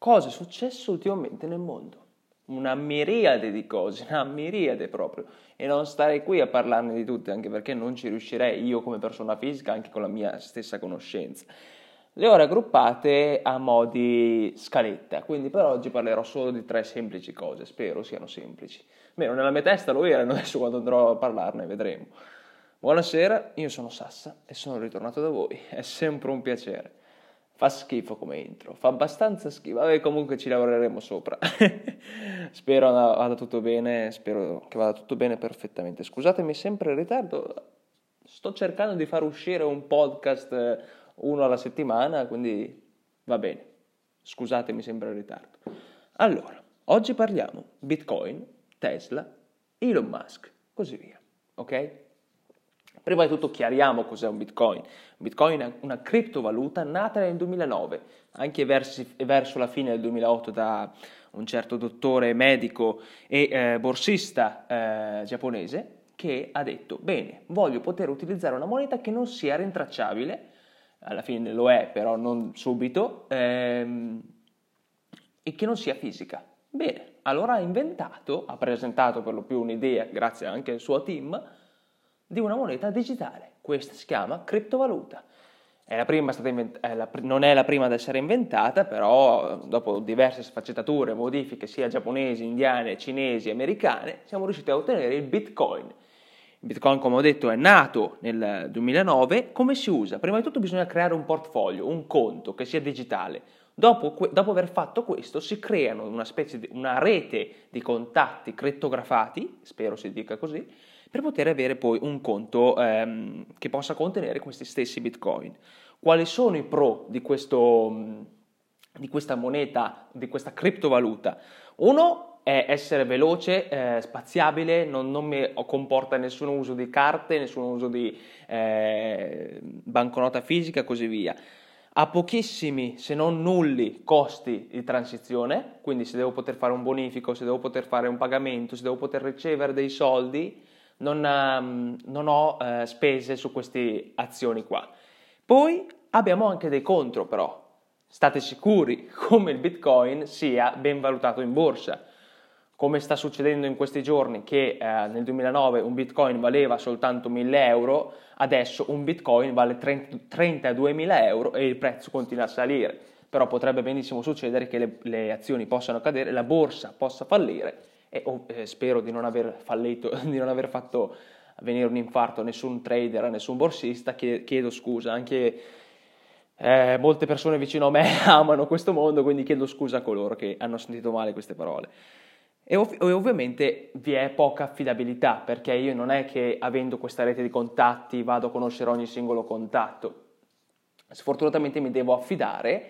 cosa è successo ultimamente nel mondo. Una miriade di cose, una miriade proprio. E non starei qui a parlarne di tutte, anche perché non ci riuscirei io come persona fisica, anche con la mia stessa conoscenza. Le ho raggruppate a mo' di scaletta, quindi per oggi parlerò solo di 3 semplici cose, spero siano semplici. Almeno nella mia testa lo erano, adesso quando andrò a parlarne vedremo. Buonasera, io sono Sassa e sono ritornato da voi, è sempre un piacere. Fa schifo come intro, fa abbastanza schifo, vabbè comunque ci lavoreremo sopra. Spero vada tutto bene, spero che vada tutto bene perfettamente. Scusatemi sempre il ritardo, sto cercando di far uscire un podcast uno alla settimana, quindi va bene, scusatemi sempre il ritardo. Allora, oggi parliamo Bitcoin, Tesla, Elon Musk, così via, ok? Prima di tutto chiariamo cos'è un Bitcoin. Bitcoin è una criptovaluta nata nel 2009, anche verso la fine del 2008 da un certo dottore medico e borsista giapponese che ha detto, bene, voglio poter utilizzare una moneta che non sia rintracciabile, alla fine lo è, però non subito, e che non sia fisica. Bene, allora ha presentato per lo più un'idea, grazie anche al suo team, di una moneta digitale. Questa si chiama criptovaluta. Non è la prima ad essere inventata, però dopo diverse sfaccettature, modifiche sia giapponesi, indiane, cinesi, americane, siamo riusciti a ottenere il Bitcoin. Il Bitcoin, come ho detto, è nato nel 2009. Come si usa? Prima di tutto bisogna creare un portfolio, un conto che sia digitale. Dopo aver fatto questo si creano una rete di contatti crittografati, spero si dica così, per poter avere poi un conto che possa contenere questi stessi Bitcoin. Quali sono i pro di questa moneta, di questa criptovaluta? Uno è essere veloce, spaziabile, non mi comporta nessun uso di carte, nessun uso di banconota fisica e così via. Ha pochissimi, se non nulli, costi di transizione, quindi se devo poter fare un bonifico, se devo poter fare un pagamento, se devo poter ricevere dei soldi, non ho spese su queste azioni qua. Poi abbiamo anche dei contro però. State sicuri come il Bitcoin sia ben valutato in borsa. Come sta succedendo in questi giorni che nel 2009 un Bitcoin valeva soltanto 1.000 euro, adesso un Bitcoin vale 32.000 euro e il prezzo continua a salire. Però potrebbe benissimo succedere che le azioni possano cadere, la borsa possa fallire e spero di non aver fallito, di non aver fatto venire un infarto a nessun trader, a nessun borsista. Chiedo scusa, anche molte persone vicino a me amano questo mondo, quindi chiedo scusa a coloro che hanno sentito male queste parole. E ovviamente vi è poca affidabilità, perché io non è che avendo questa rete di contatti vado a conoscere ogni singolo contatto. Sfortunatamente mi devo affidare,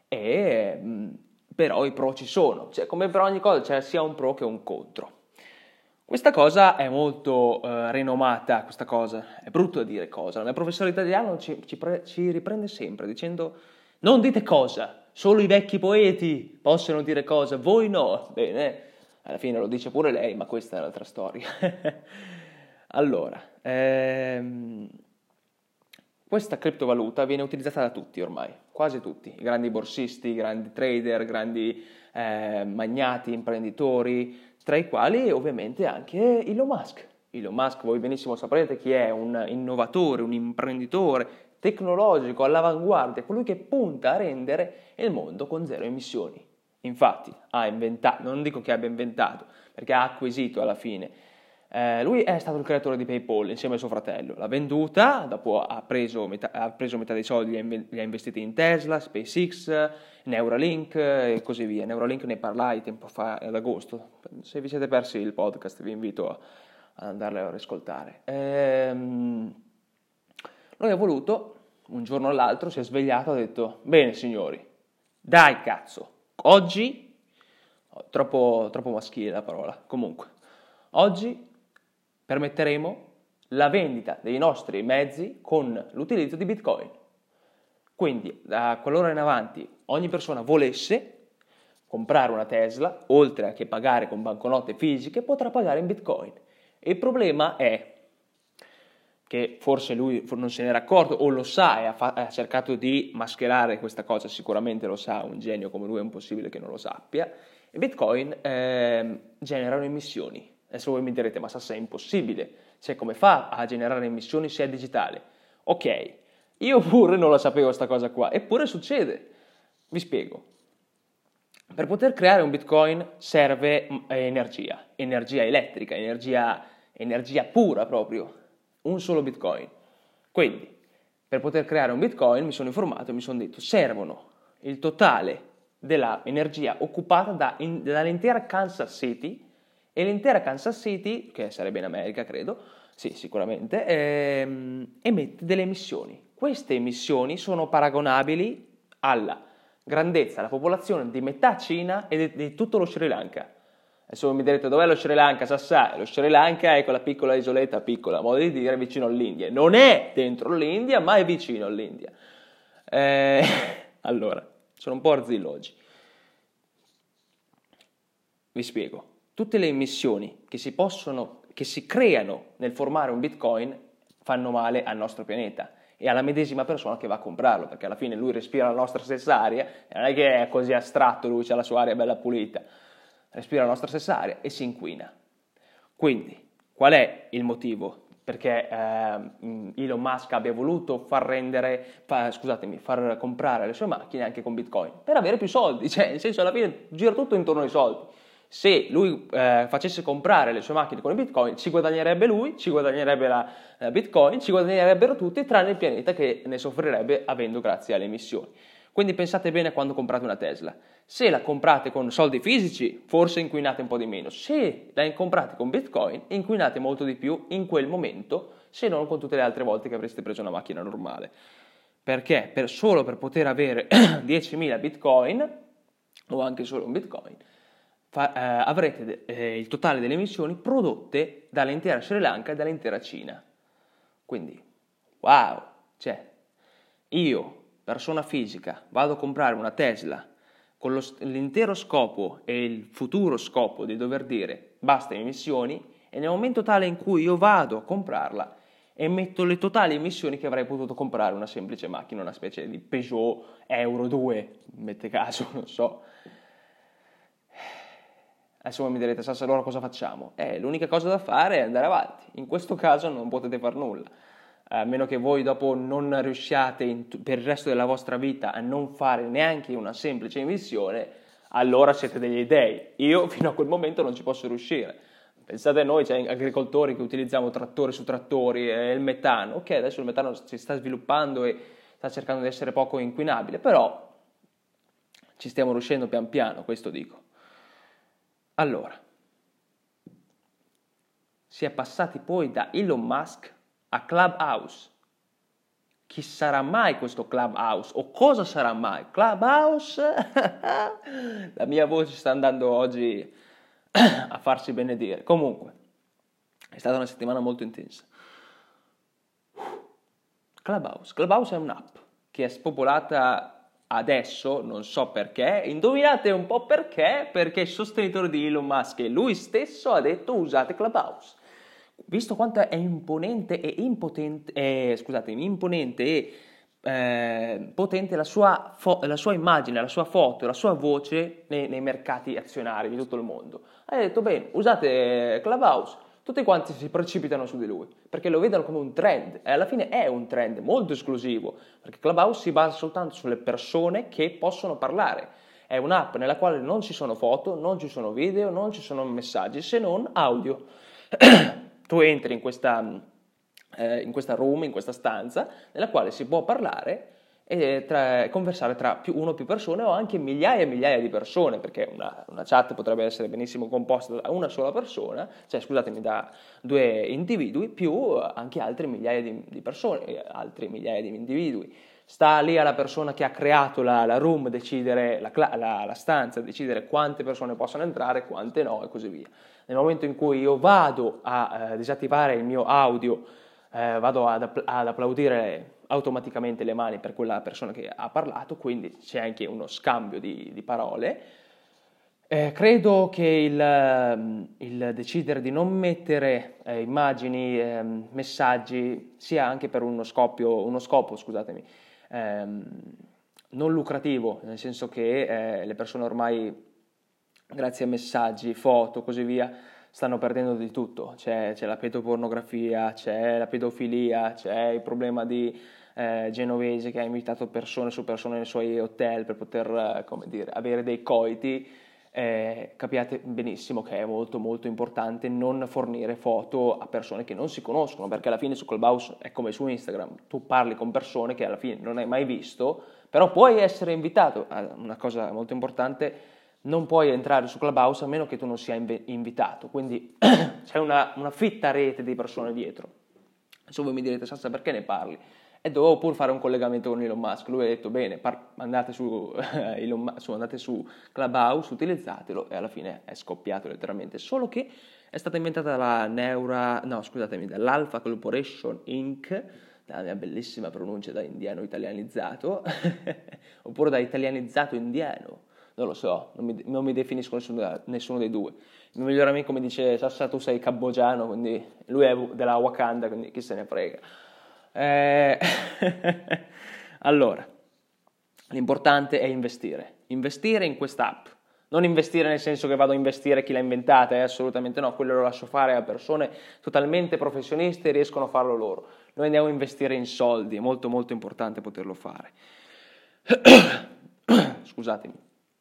però i pro ci sono, cioè, come per ogni cosa c'è sia un pro che un contro. Questa cosa è molto rinomata, questa cosa, è brutto da dire cosa. Il mio professore italiano ci riprende sempre dicendo non dite cosa, solo i vecchi poeti possono dire cosa, voi no. Bene, alla fine lo dice pure lei, ma questa è un'altra storia. Allora, questa criptovaluta viene utilizzata da tutti ormai, quasi tutti, i grandi borsisti, i grandi trader, grandi magnati, imprenditori, tra i quali ovviamente anche Elon Musk. Elon Musk, voi benissimo saprete chi è, un innovatore, un imprenditore tecnologico all'avanguardia, colui che punta a rendere il mondo con zero emissioni. Infatti ha inventato, non dico che abbia inventato, perché ha acquisito alla fine. Lui è stato il creatore di PayPal insieme al suo fratello, l'ha venduta, dopo ha preso metà dei soldi, li ha investiti in Tesla, SpaceX, Neuralink e così via. Neuralink ne parlai tempo fa, ad agosto. Se vi siete persi il podcast vi invito ad andarlo a riscoltare. Lui ha voluto, un giorno all'altro, si è svegliato e ha detto: bene signori, dai cazzo, oggi, troppo maschile la parola, comunque, oggi permetteremo la vendita dei nostri mezzi con l'utilizzo di Bitcoin. Quindi, da quell'ora in avanti, ogni persona volesse comprare una Tesla, oltre a che pagare con banconote fisiche, potrà pagare in Bitcoin. Il problema è, che forse lui non se n'era accorto o lo sa e ha cercato di mascherare questa cosa, sicuramente lo sa, un genio come lui è impossibile che non lo sappia, e Bitcoin generano emissioni. Adesso voi mi direte, ma Sassa è impossibile, cioè come fa a generare emissioni se è digitale? Ok, io pure non la sapevo questa cosa qua, eppure succede. Vi spiego. Per poter creare un Bitcoin serve energia elettrica, energia pura proprio, un solo Bitcoin. Quindi, per poter creare un Bitcoin mi sono informato e mi sono detto servono il totale della energia occupata dall'intera Kansas City, e l'intera Kansas City, che sarebbe in America credo, sì sicuramente, emette delle emissioni. Queste emissioni sono paragonabili alla grandezza della popolazione di metà Cina e di tutto lo Sri Lanka. Adesso mi direte dov'è lo Sri Lanka, Sassà? Lo Sri Lanka è quella piccola isoletta, piccola, a modo di dire, vicino all'India. Non è dentro l'India, ma è vicino all'India. Allora, sono un po' arzillogi. Vi spiego. Tutte le emissioni che si creano nel formare un Bitcoin fanno male al nostro pianeta e alla medesima persona che va a comprarlo, perché alla fine lui respira la nostra stessa aria, e non è che è così astratto, lui ha la sua aria bella pulita, respira la nostra stessa aria e si inquina. Quindi, qual è il motivo? Perché Elon Musk abbia voluto far comprare le sue macchine anche con Bitcoin, per avere più soldi, cioè nel senso alla fine gira tutto intorno ai soldi. Se lui facesse comprare le sue macchine con i Bitcoin, ci guadagnerebbe lui, ci guadagnerebbe la Bitcoin, ci guadagnerebbero tutti, tranne il pianeta che ne soffrirebbe avendo grazie alle emissioni. Quindi pensate bene quando comprate una Tesla. Se la comprate con soldi fisici, forse inquinate un po' di meno. Se la comprate con Bitcoin, inquinate molto di più in quel momento, se non con tutte le altre volte che avreste preso una macchina normale. Perché solo per poter avere 10.000 Bitcoin, o anche solo un Bitcoin, avrete il totale delle emissioni prodotte dall'intera Sri Lanka e dall'intera Cina. Quindi, wow, cioè, io, persona fisica, vado a comprare una Tesla con l'intero scopo e il futuro scopo di dover dire basta emissioni, e nel momento tale in cui io vado a comprarla emetto le totali emissioni che avrei potuto comprare una semplice macchina, una specie di Peugeot Euro 2, mette caso, non so. Adesso voi mi direte, Sassa, allora cosa facciamo? L'unica cosa da fare è andare avanti. In questo caso non potete far nulla. A meno che voi dopo non riusciate per il resto della vostra vita a non fare neanche una semplice emissione, allora siete degli dei. Io fino a quel momento non ci posso riuscire. Pensate a noi, cioè agricoltori che utilizziamo trattori su trattori e il metano. Ok, adesso il metano si sta sviluppando e sta cercando di essere poco inquinabile, però ci stiamo riuscendo pian piano, questo dico. Allora, si è passati poi da Elon Musk a Clubhouse. Chi sarà mai questo Clubhouse? O cosa sarà mai? Clubhouse? La mia voce sta andando oggi a farsi benedire. Comunque, è stata una settimana molto intensa. Clubhouse. Clubhouse è un'app che è spopolata adesso, non so perché. Indovinate un po' perché? Perché il sostenitore di Elon Musk e lui stesso ha detto usate Clubhouse. Visto quanto è imponente e potente la sua immagine, la sua foto, la sua voce nei mercati azionari di tutto il mondo, ha detto bene, usate Clubhouse. Tutti quanti si precipitano su di lui, perché lo vedono come un trend, e alla fine è un trend molto esclusivo, perché Clubhouse si basa soltanto sulle persone che possono parlare. È un'app nella quale non ci sono foto, non ci sono video, non ci sono messaggi, se non audio. Tu entri in questa room, in questa stanza, nella quale si può parlare e conversare tra uno o più persone o anche migliaia e migliaia di persone, perché una chat potrebbe essere benissimo composta da una sola persona, cioè scusatemi, da due individui più anche altre migliaia di persone, altri migliaia di individui. Sta lì alla persona che ha creato la room decidere, la stanza, decidere quante persone possono entrare, quante no e così via. Nel momento in cui io vado a disattivare il mio audio, vado ad applaudire automaticamente le mani per quella persona che ha parlato, quindi c'è anche uno scambio di parole, Credo che il decidere di non mettere immagini, messaggi, sia anche per uno scopo, scusatemi, non lucrativo, nel senso che le persone ormai, grazie a messaggi, foto, così via, stanno perdendo di tutto. C'è la pedopornografia, c'è la pedofilia, c'è il problema di Genovese che ha invitato persone su persone nei suoi hotel per poter, come dire, avere dei coiti. Capiate benissimo che è molto molto importante non fornire foto a persone che non si conoscono, perché alla fine su Clubhouse è come su Instagram, tu parli con persone che alla fine non hai mai visto, però puoi essere invitato. Una cosa molto importante: non puoi entrare su Clubhouse a meno che tu non sia invitato, quindi c'è una fitta rete di persone dietro. Adesso voi mi direte: Sassa, perché ne parli? E dovevo pur fare un collegamento con Elon Musk. Lui ha detto: bene, andate andate su Clubhouse, utilizzatelo, e alla fine è scoppiato letteralmente. Solo che è stata inventata dall'Alpha Corporation Inc., la mia bellissima pronuncia da indiano italianizzato, oppure da italianizzato indiano, non lo so, non mi definisco nessuno dei due. Il mio migliore amico mi dice: Sassa, tu sei cambogiano, quindi lui è della Wakanda, quindi chi se ne frega. Allora, l'importante è investire in quest'app, non investire nel senso che vado a investire chi l'ha inventata, assolutamente no, quello lo lascio fare a persone totalmente professioniste e riescono a farlo loro. Noi andiamo a investire in soldi, è molto molto importante poterlo fare. Scusatemi.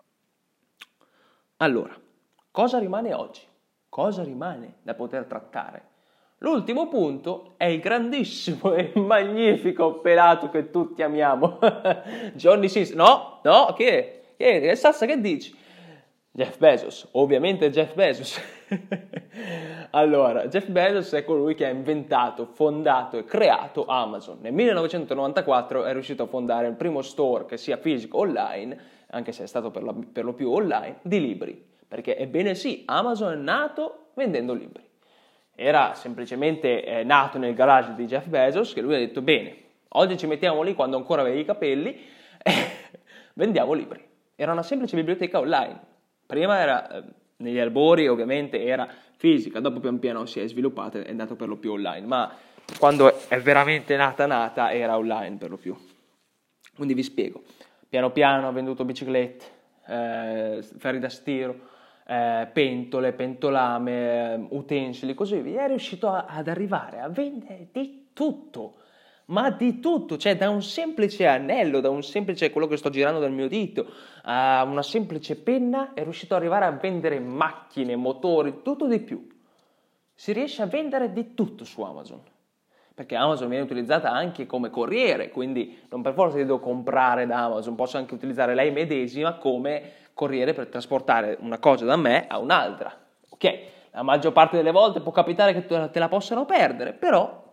Allora, cosa rimane oggi? Cosa rimane da poter trattare? L'ultimo punto è il grandissimo e magnifico pelato che tutti amiamo, Johnny Sins. No, che è? Sassa, che dici? Jeff Bezos, ovviamente Jeff Bezos. Allora, Jeff Bezos è colui che ha inventato, fondato e creato Amazon. Nel 1994 è riuscito a fondare il primo store, che sia fisico o online, anche se è stato per lo più online, di libri. Perché, ebbene sì, Amazon è nato vendendo libri. Era semplicemente nato nel garage di Jeff Bezos, che lui ha detto: bene, oggi ci mettiamo lì quando ancora avevi i capelli e vendiamo libri. Era una semplice biblioteca online. Prima era negli albori, ovviamente era fisica, dopo pian piano si è sviluppata e è andato per lo più online, ma quando è veramente nata era online per lo più. Quindi vi spiego: piano piano ha venduto biciclette, ferri da stiro, pentole, pentolame, utensili, così via. È riuscito ad arrivare a vendere di tutto, ma di tutto, cioè da un semplice anello, da un semplice, quello che sto girando dal mio dito, a una semplice penna, è riuscito ad arrivare a vendere macchine, motori, tutto di più. Si riesce a vendere di tutto su Amazon, perché Amazon viene utilizzata anche come corriere, quindi non per forza devo comprare da Amazon, posso anche utilizzare lei medesima come corriere per trasportare una cosa da me a un'altra. Ok, la maggior parte delle volte può capitare che te la possano perdere, però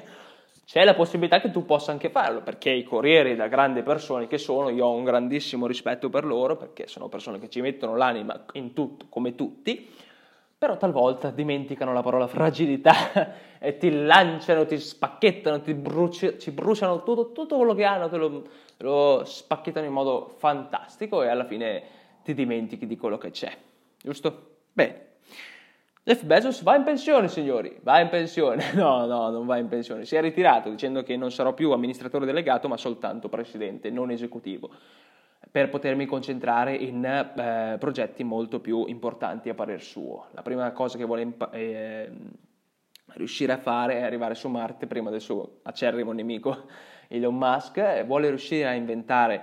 c'è la possibilità che tu possa anche farlo, perché i corrieri, da grandi persone che sono, io ho un grandissimo rispetto per loro, perché sono persone che ci mettono l'anima in tutto, come tutti, però talvolta dimenticano la parola fragilità e ti lanciano, ti spacchettano, ci bruciano tutto quello che hanno, te lo spacchettano in modo fantastico e alla fine ti dimentichi di quello che c'è, giusto? Bene. Jeff Bezos va in pensione, signori, va in pensione. No, non va in pensione, si è ritirato dicendo che non sarò più amministratore delegato ma soltanto presidente, non esecutivo, per potermi concentrare in progetti molto più importanti a parer suo. La prima cosa che vuole riuscire a fare è arrivare su Marte prima del suo acerrimo nemico Elon Musk. Vuole riuscire a inventare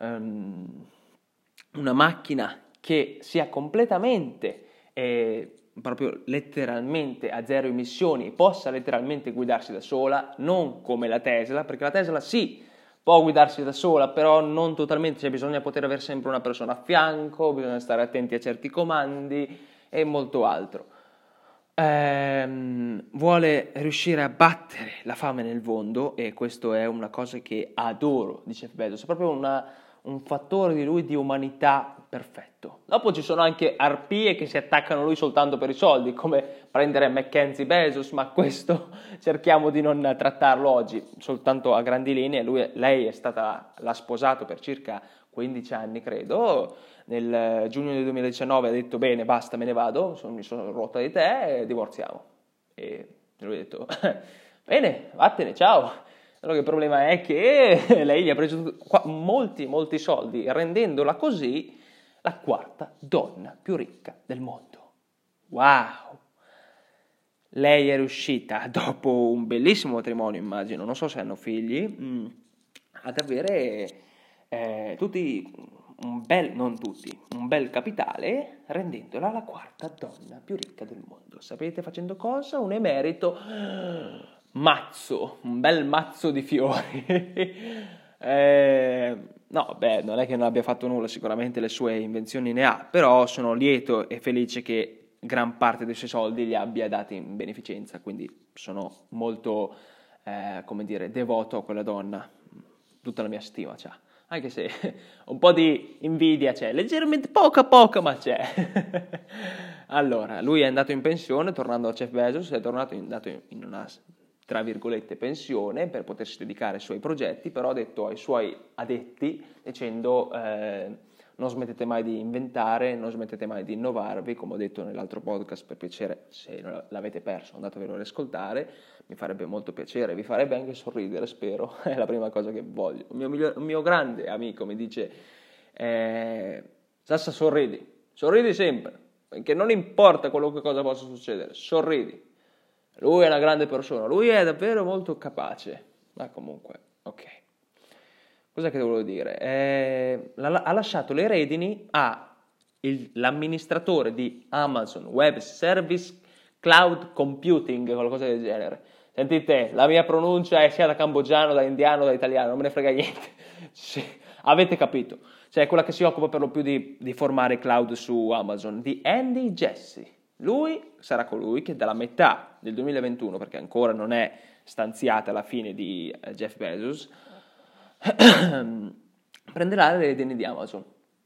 una macchina che sia completamente proprio letteralmente a zero emissioni e possa letteralmente guidarsi da sola, non come la Tesla, perché la Tesla sì, può guidarsi da sola, però non totalmente, cioè bisogna poter avere sempre una persona a fianco, bisogna stare attenti a certi comandi e molto altro. Vuole riuscire a battere la fame nel mondo e questo è una cosa che adoro di Jeff Bezos, è proprio un fattore di lui di umanità perfetto. Dopo ci sono anche arpie che si attaccano a lui soltanto per i soldi, come prendere Mackenzie Bezos, ma questo cerchiamo di non trattarlo oggi, soltanto a grandi linee. Lei l'ha sposato per circa 15 anni, credo, nel giugno del 2019 ha detto bene, basta, me ne vado, mi sono rotta di te e divorziamo. E lui ha detto bene, vattene, ciao. Allora il problema è che lei gli ha preso molti soldi, rendendola così la quarta donna più ricca del mondo. Wow! Lei è riuscita, dopo un bellissimo matrimonio, immagino, non so se hanno figli, ad avere un bel capitale, rendendola la quarta donna più ricca del mondo. Sapete facendo cosa? Un emerito mazzo, un bel mazzo di fiori. No, beh, non è che non abbia fatto nulla, sicuramente le sue invenzioni ne ha, però sono lieto e felice che gran parte dei suoi soldi li abbia dati in beneficenza, quindi sono molto, come dire, devoto a quella donna, tutta la mia stima c'ha, anche se un po' di invidia c'è, leggermente poca, ma c'è. Allora, lui è andato in pensione, tornando a Jeff Bezos, è andato in una, tra virgolette, pensione per potersi dedicare ai suoi progetti, però ha detto ai suoi addetti, dicendo non smettete mai di inventare, non smettete mai di innovarvi, come ho detto nell'altro podcast, per piacere, se non l'avete perso andatevelo ad ascoltare, mi farebbe molto piacere, vi farebbe anche sorridere, spero, è la prima cosa che voglio. Un mio grande amico mi dice, Sassa, sorridi sempre, perché non importa qualunque cosa possa succedere, sorridi. Lui è una grande persona, lui è davvero molto capace, ma comunque, ok. Cos'è che volevo dire? Ha lasciato le redini all'amministratore di Amazon Web Service Cloud Computing, qualcosa del genere. Sentite, la mia pronuncia è sia da cambogiano, da indiano, da italiano, non me ne frega niente. Sì, avete capito. Cioè, quella che si occupa per lo più di formare cloud su Amazon, di Andy Jassy. Lui sarà colui che dalla metà del 2021, perché ancora non è stanziata la fine di Jeff Bezos, prenderà le redini di Amazon.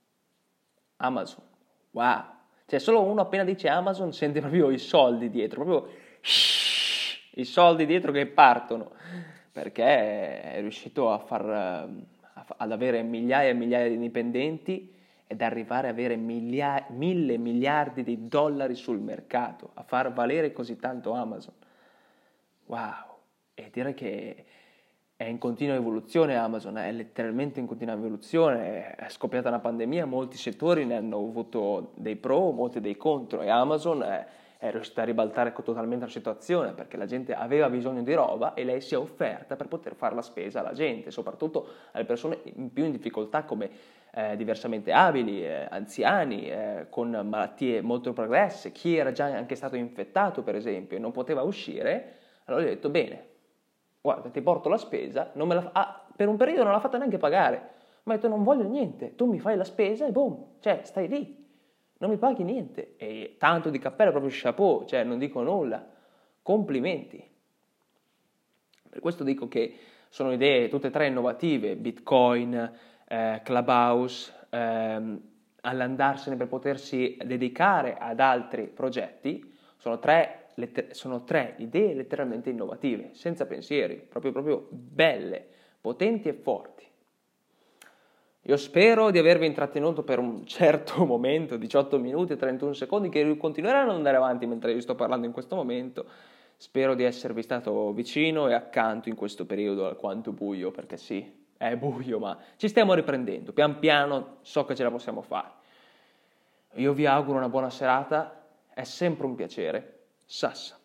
Wow. Cioè, solo uno appena dice Amazon sente proprio i soldi dietro, proprio i soldi dietro che partono, perché è riuscito ad avere migliaia e migliaia di dipendenti ed arrivare ad avere 1.000 miliardi di dollari sul mercato, a far valere così tanto Amazon. Wow. E direi che è in continua evoluzione Amazon, è letteralmente in continua evoluzione, è scoppiata una pandemia, molti settori ne hanno avuto dei pro, molti dei contro, e Amazon è riuscita a ribaltare totalmente la situazione, perché la gente aveva bisogno di roba e lei si è offerta per poter fare la spesa alla gente, soprattutto alle persone più in difficoltà come diversamente abili, anziani, con malattie molto progresse, chi era già anche stato infettato per esempio e non poteva uscire. Allora gli ho detto, bene, guarda, ti porto la spesa, per un periodo non l'ha fatta neanche pagare, ma ha detto non voglio niente, tu mi fai la spesa e boom, cioè stai lì, non mi paghi niente. E tanto di cappello, proprio chapeau, cioè non dico nulla, complimenti. Per questo dico che sono idee tutte e tre innovative, Bitcoin, Clubhouse, all'andarsene per potersi dedicare ad altri progetti, sono tre idee letteralmente innovative, senza pensieri, proprio belle, potenti e forti. Io spero di avervi intrattenuto per un certo momento, 18 minuti e 31 secondi, che continueranno ad andare avanti mentre io sto parlando in questo momento. Spero di esservi stato vicino e accanto in questo periodo alquanto buio, perché sì, è buio, ma ci stiamo riprendendo. Pian piano so che ce la possiamo fare. Io vi auguro una buona serata, è sempre un piacere. Sassa.